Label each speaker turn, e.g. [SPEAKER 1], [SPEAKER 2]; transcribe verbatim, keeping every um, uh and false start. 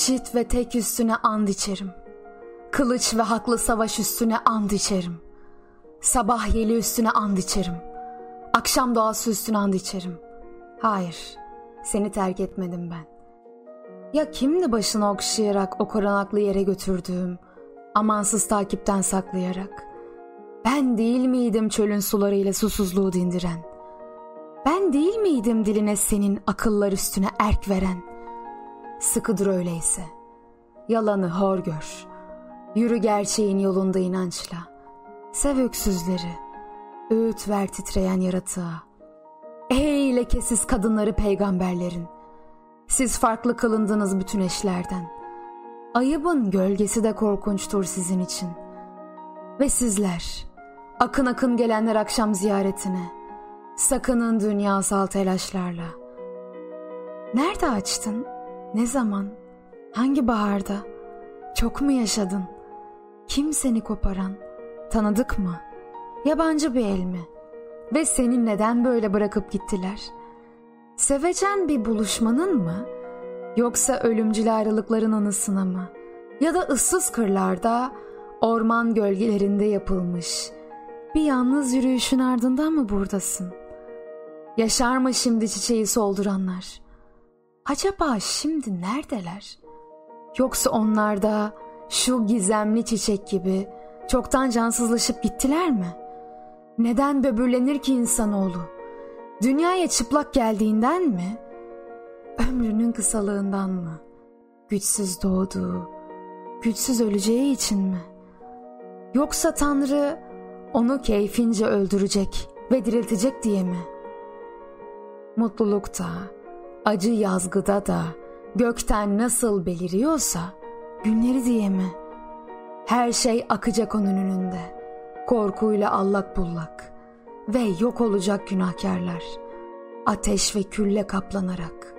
[SPEAKER 1] çit ve tek üstüne and içerim. Kılıç ve haklı savaş üstüne and içerim. Sabah yeli üstüne and içerim. Akşam doğası üstüne and içerim. Hayır, seni terk etmedim ben. Ya kimdi başını okşayarak o korunaklı yere götürdüğüm, amansız takipten saklayarak? Ben değil miydim çölün sularıyla susuzluğu dindiren? Ben değil miydim diline senin akıllar üstüne erk veren? Sıkı dur öyleyse. Yalanı hor gör. Yürü gerçeğin yolunda inançla. Sev öksüzleri. Öğüt ver titreyen yaratığa. Ey lekesiz kadınları peygamberlerin. Siz farklı kılındınız bütün eşlerden. Ayıbın gölgesi de korkunçtur sizin için. Ve sizler, akın akın gelenler akşam ziyaretine, sakının dünyasal telaşlarla. Nerede açtın? Ne zaman? Hangi baharda? Çok mu yaşadın? Kim seni koparan? Tanıdık mı? Yabancı bir el mi? Ve seni neden böyle bırakıp gittiler? Sevecen bir buluşmanın mı? Yoksa ölümcül ayrılıkların anısına mı? Ya da ıssız kırlarda, orman gölgelerinde yapılmış bir yalnız yürüyüşün ardından mı buradasın? Yaşar mı şimdi çiçeği solduranlar? Acaba şimdi neredeler? Yoksa onlar da şu gizemli çiçek gibi çoktan cansızlaşıp gittiler mi? Neden böbürlenir ki insanoğlu? Dünyaya çıplak geldiğinden mi? Ömrünün kısalığından mı? Güçsüz doğduğu, güçsüz öleceği için mi? Yoksa Tanrı onu keyfince öldürecek ve diriltecek diye mi? Mutlulukta, acı yazgıda da gökten nasıl beliriyorsa günleri diye mi? Her şey akacak onun önünde, korkuyla allak bullak ve yok olacak günahkarlar, ateş ve külle kaplanarak.